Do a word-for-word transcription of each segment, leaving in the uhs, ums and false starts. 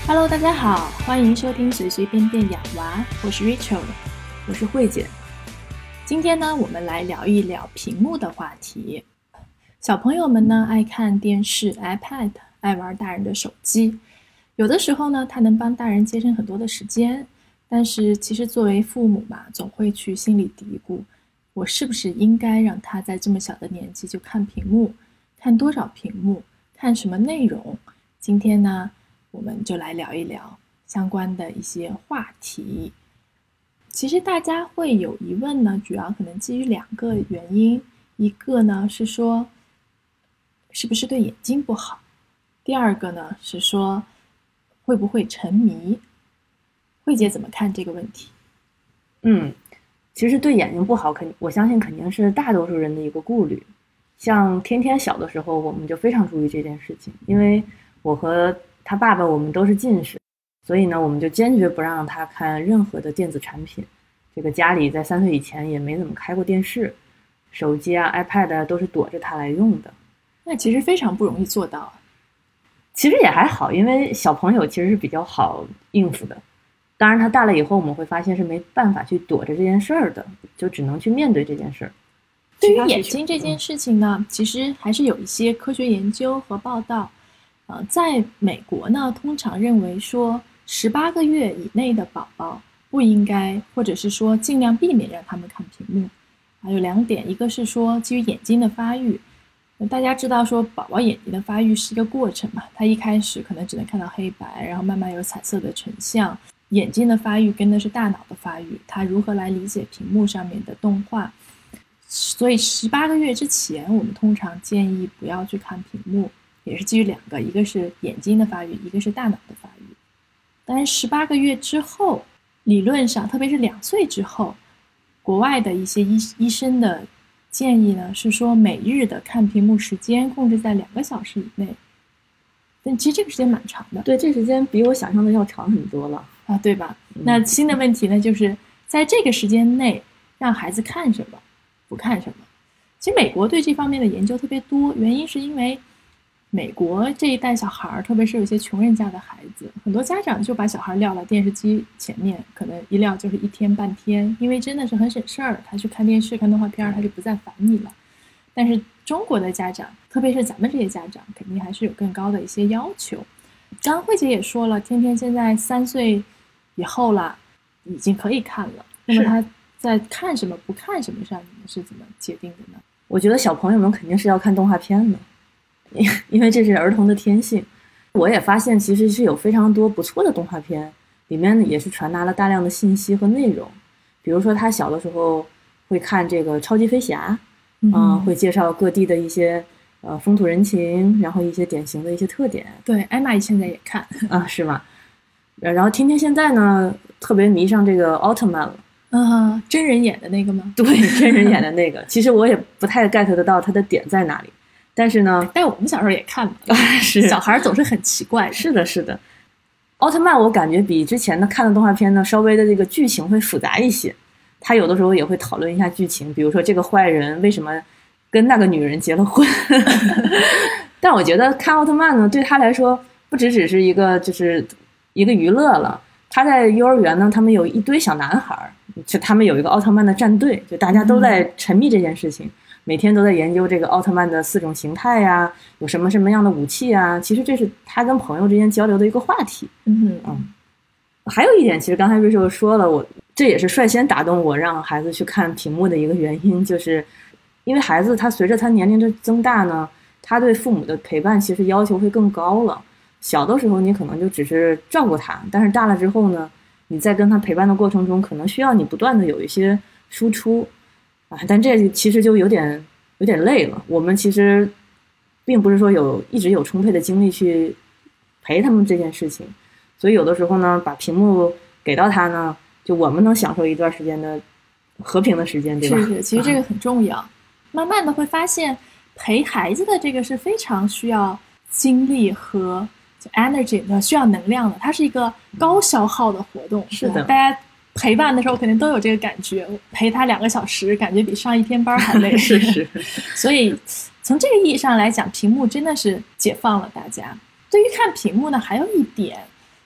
Hello， 大家好，欢迎收听随随便便养娃，我是 Rachel， 我是慧姐。 今天呢，我们来聊一聊屏幕的话题。小朋友们呢，爱看电视、iPad， 爱玩大人的手机。有的时候呢，它能帮大人节省很多的时间，但是其实作为父母嘛，总会去心里嘀咕，我是不是应该让他在这么小的年纪就看屏幕？看多少屏幕？看什么内容？今天呢，我们就来聊一聊相关的一些话题。其实大家会有疑问呢，主要可能基于两个原因，一个呢是说是不是对眼睛不好，第二个呢是说会不会沉迷。慧姐怎么看这个问题？ 嗯，其实对眼睛不好，肯我相信肯定是大多数人的一个顾虑。像天天小的时候，我们就非常注意这件事情，因为我和他爸爸我们都是近视，所以呢，我们就坚决不让他看任何的电子产品。这个家里在三岁以前也没怎么开过电视，手机啊、iPad 啊都是躲着他来用的。 那其实非常不容易做到。 其实也还好，因为小朋友其实是比较好应付的。当然他大了以后，我们会发现是没办法去躲着这件事儿的，就只能去面对这件事儿。 对于眼睛这件事情呢，嗯、其实还是有一些科学研究和报道。呃，在美国呢，通常认为说十八个月以内的宝宝不应该，或者是说尽量避免让他们看屏幕。还有两点，一个是说基于眼睛的发育。大家知道说宝宝眼睛的发育是一个过程嘛，他一开始可能只能看到黑白，然后慢慢有彩色的成像。眼睛的发育跟的是大脑的发育，他如何来理解屏幕上面的动画。所以十八个月之前，我们通常建议不要去看屏幕，也是基于两个，一个是眼睛的发育，一个是大脑的发育。但是十八个月之后，理论上特别是两岁之后，国外的一些医医生的建议呢是说每日的看屏幕时间控制在两个小时以内。但其实这个时间蛮长的。 对，这时间比我想象的要长很多了啊，对吧？嗯、那新的问题呢，就是在这个时间内让孩子看什么，不看什么。其实美国对这方面的研究特别多，原因是因为美国这一代小孩，特别是有一些穷人家的孩子，很多家长就把小孩撂到电视机前面，可能一撂就是一天半天，因为真的是很省事儿，他去看电视看动画片，他就不再烦你了。但是中国的家长，特别是咱们这些家长，肯定还是有更高的一些要求。刚刚慧姐也说了，天天现在三岁以后了，已经可以看了。那么他在看什么不看什么上，你们是怎么界定的呢？ 我觉得小朋友们肯定是要看动画片的，因为这是儿童的天性。我也发现其实是有非常多不错的动画片，里面也是传达了大量的信息和内容。比如说他小的时候会看这个超级飞侠，嗯、呃，会介绍各地的一些呃风土人情，然后一些典型的一些特点。 对，艾玛现在也看啊，是吗？然后天天现在呢特别迷上这个奥特曼了。 啊，真人演的那个吗？ 对，真人演的那个。其实我也不太 get 得到他的点在哪里，但是呢， 但我们小时候也看了， 是小孩总是很奇怪的。 是的，是的。奥特曼我感觉比之前的看的动画片呢，稍微的这个剧情会复杂一些。他有的时候也会讨论一下剧情，比如说这个坏人为什么跟那个女人结了婚。但我觉得看奥特曼呢，对他来说不只只是一个就是一个娱乐了。他在幼儿园呢，他们有一堆小男孩，就他们有一个奥特曼的战队，就大家都在沉迷这件事情，嗯、每天都在研究这个奥特曼的四种形态呀，有什么什么样的武器啊。其实这是他跟朋友之间交流的一个话题。 嗯嗯。还有一点，其实刚才瑞秀说了，我这也是率先打动我让孩子去看屏幕的一个原因，就是因为孩子他随着他年龄的增大呢，他对父母的陪伴其实要求会更高了。小的时候你可能就只是照顾他，但是大了之后呢，你在跟他陪伴的过程中，可能需要你不断的有一些输出啊，但这其实就有点有点累了。我们其实并不是说有一直有充沛的精力去陪他们这件事情，所以有的时候呢，把屏幕给到他呢，就我们能享受一段时间的和平的时间，对吧？ 是是，其实这个很重要。嗯、慢慢的会发现，陪孩子的这个是非常需要精力和energy 的，需要能量的，它是一个高消耗的活动。 是的， 大家陪伴的时候肯定都有这个感觉，陪他两个小时，感觉比上一天班还累。 是是。 所以从这个意义上来讲，屏幕真的是解放了大家。对于看屏幕呢，还有一点，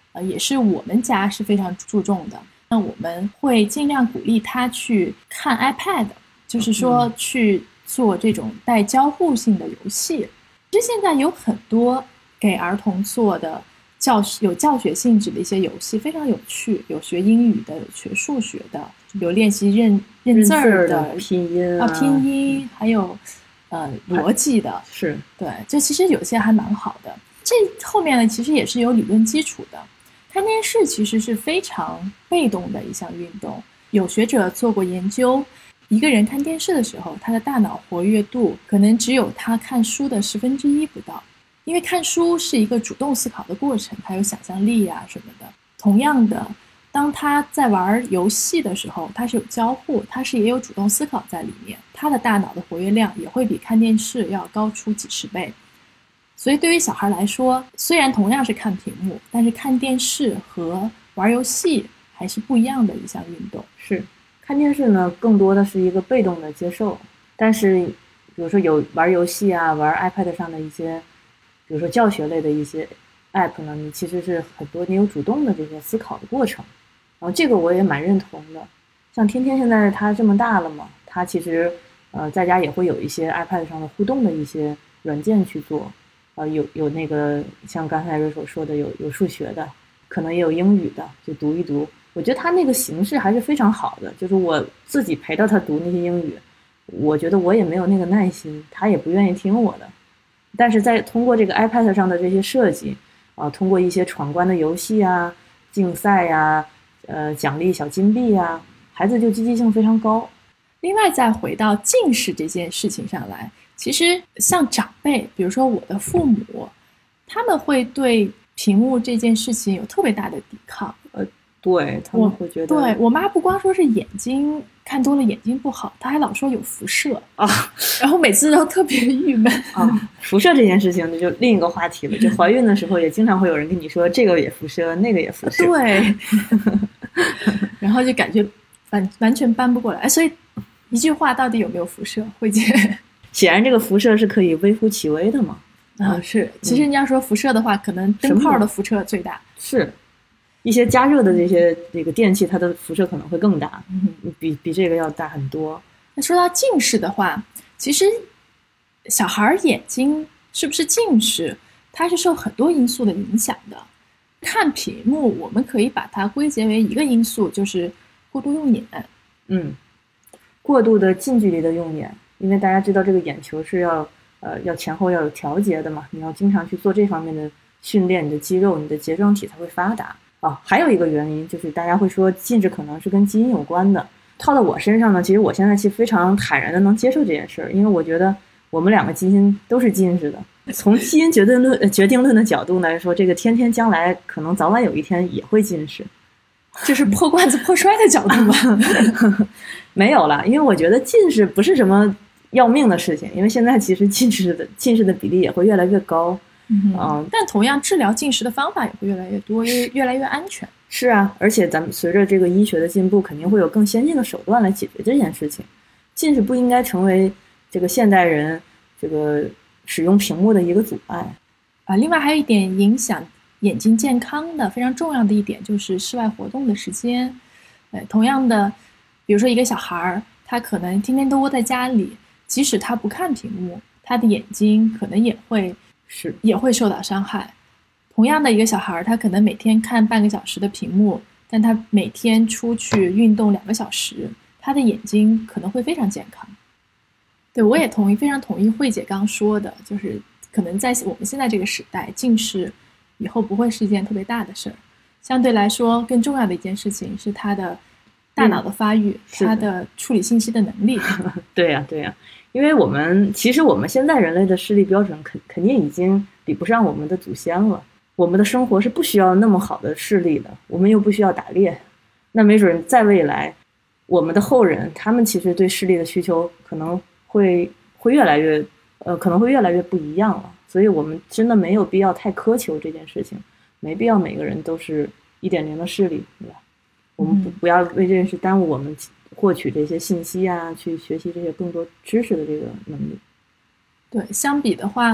呃，也是我们家是非常注重的。那我们会尽量鼓励他去看 iPad， 就是说去做这种带交互性的游戏。其实现在有很多给儿童做的教有教学性质的一些游戏，非常有趣，有学英语的，有学数学的，有练习认认字儿的拼音啊，拼音，还有呃逻辑的， 是对，就其实有些还蛮好的。这后面呢，其实也是有理论基础的。看电视其实是非常被动的一项运动，有学者做过研究，一个人看电视的时候，他的大脑活跃度可能只有他看书的十分之一不到。因为看书是一个主动思考的过程，他有想象力啊什么的。同样的，当他在玩游戏的时候，他是有交互，他是也有主动思考在里面，他的大脑的活跃量也会比看电视要高出几十倍。所以对于小孩来说，虽然同样是看屏幕，但是看电视和玩游戏还是不一样的一项运动。 是，看电视呢更多的是一个被动的接受，但是比如说有玩游戏啊，玩 iPad 上的一些比如说教学类的一些 app 呢，你其实是很多你有主动的这些思考的过程，然后这个我也蛮认同的。像天天现在他这么大了嘛，他其实呃在家也会有一些 iPad 上的互动的一些软件去做，呃有有那个像刚才瑞所说的有有数学的，可能也有英语的，就读一读。我觉得他那个形式还是非常好的，就是我自己陪着他读那些英语，我觉得我也没有那个耐心，他也不愿意听我的。但是在通过这个 iPad 上的这些设计啊，通过一些闯关的游戏啊、竞赛呀、呃奖励小金币啊，孩子就积极性非常高。 另外再回到近视这件事情上来，其实像长辈，比如说我的父母，他们会对屏幕这件事情有特别大的抵抗。 呃，对，他们会觉得， 对，我妈不光说是眼睛看多了眼睛不好，她还老说有辐射啊， 然后每次都特别郁闷啊。辐射这件事情就另一个话题了，就怀孕的时候也经常会有人跟你说这个也辐射，那个也辐射， 对，然后就感觉完完全搬不过来。所以一句话，到底有没有辐射？慧姐， 显然这个辐射是可以微乎其微的嘛。 啊，是。其实你要说辐射的话，嗯、可能灯泡的辐射最大。 是。一些加热的这些这个电器，它的辐射可能会更大，嗯、比比这个要大很多。 那说到近视的话，其实小孩眼睛是不是近视，它是受很多因素的影响的。看屏幕，我们可以把它归结为一个因素，就是过度用眼。 嗯，过度的近距离的用眼，因为大家知道这个眼球是要呃要前后要有调节的嘛，你要经常去做这方面的训练，你的肌肉、你的睫状体才会发达。啊，还有一个原因就是大家会说近视可能是跟基因有关的。套到我身上呢，其实我现在其实非常坦然的能接受这件事儿，因为我觉得我们两个基因都是近视的。从基因决定论决定论的角度来说，这个天天将来可能早晚有一天也会近视， 这是破罐子破摔的角度吗？ 没有了，因为我觉得近视不是什么要命的事情，因为现在其实近视的近视的比例也会越来越高。 嗯，嗯，但同样治疗近视的方法也会越来越多，因为越来越安全。 是啊，而且咱们随着这个医学的进步，肯定会有更先进的手段来解决这件事情。近视不应该成为这个现代人这个使用屏幕的一个阻碍啊。另外还有一点影响眼睛健康的非常重要的一点就是室外活动的时间。呃，同样的，比如说一个小孩，他可能天天都窝在家里，即使他不看屏幕，他的眼睛可能也会。 是也会受到伤害。同样的一个小孩，他可能每天看半个小时的屏幕，但他每天出去运动两个小时，他的眼睛可能会非常健康。对，我也同意，非常同意慧姐刚说的，就是可能在我们现在这个时代，近视以后不会是一件特别大的事儿。相对来说，更重要的一件事情是他的大脑的发育，嗯、他的处理信息的能力。 对呀、啊，对呀、啊。因为我们其实我们现在人类的视力标准肯肯定已经比不上我们的祖先了。我们的生活是不需要那么好的视力的，我们又不需要打猎。那没准在未来，我们的后人他们其实对视力的需求可能会会越来越呃可能会越来越不一样了。所以我们真的没有必要太苛求这件事情，没必要每个人都是一点零的视力，对吧？我们不不要为这件事耽误我们获取这些信息啊，去学习这些更多知识的这个能力。 对，相比的话，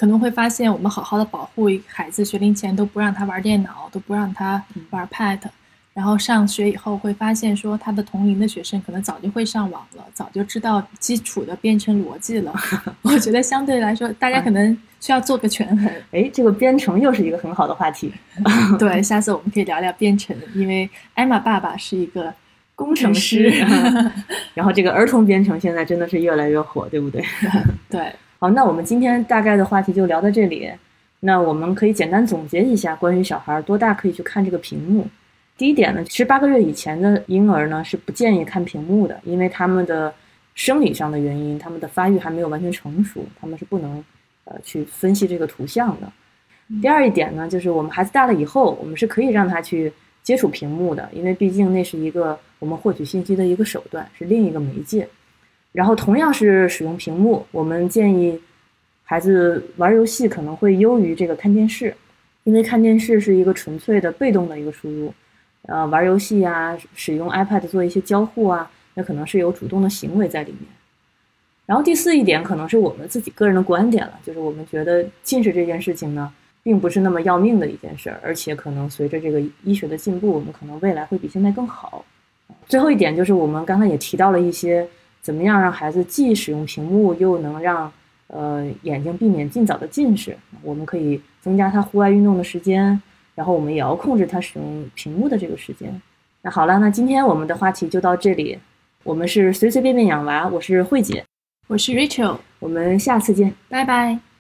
可能会发现我们好好的保护孩子，学龄前都不让他玩电脑，都不让他玩 pad，然后上学以后会发现说他的同龄的学生可能早就会上网了，早就知道基础的编程逻辑了。我觉得相对来说大家可能需要做个权衡。 哎，这个编程又是一个很好的话题。 对，下次我们可以聊聊编程，因为艾玛爸爸是一个工程师。 然后这个儿童编程现在真的是越来越火，对不对？ 对。 好，那我们今天大概的话题就聊到这里。那我们可以简单总结一下关于小孩多大可以去看这个屏幕。第一点呢，十八个月以前的婴儿呢是不建议看屏幕的，因为他们的生理上的原因，他们的发育还没有完全成熟，他们是不能呃去分析这个图像的。第二一点呢，就是我们孩子大了以后，我们是可以让他去接触屏幕的，因为毕竟那是一个我们获取信息的一个手段，是另一个媒介。然后同样是使用屏幕，我们建议孩子玩游戏可能会优于这个看电视，因为看电视是一个纯粹的被动的一个输入，呃，玩游戏啊，使用 iPad 做一些交互啊，那可能是有主动的行为在里面。然后第四一点可能是我们自己个人的观点了，就是我们觉得近视这件事情呢，并不是那么要命的一件事儿，而且可能随着这个医学的进步，我们可能未来会比现在更好。最后一点就是我们刚才也提到了一些怎么样让孩子既使用屏幕又能让呃眼睛避免尽早的近视，我们可以增加他户外运动的时间，然后我们也要控制他使用屏幕的这个时间。那好了，那今天我们的话题就到这里。我们是随随便便养娃，我是慧姐， 我是 Rachel， 我们下次见， 拜拜。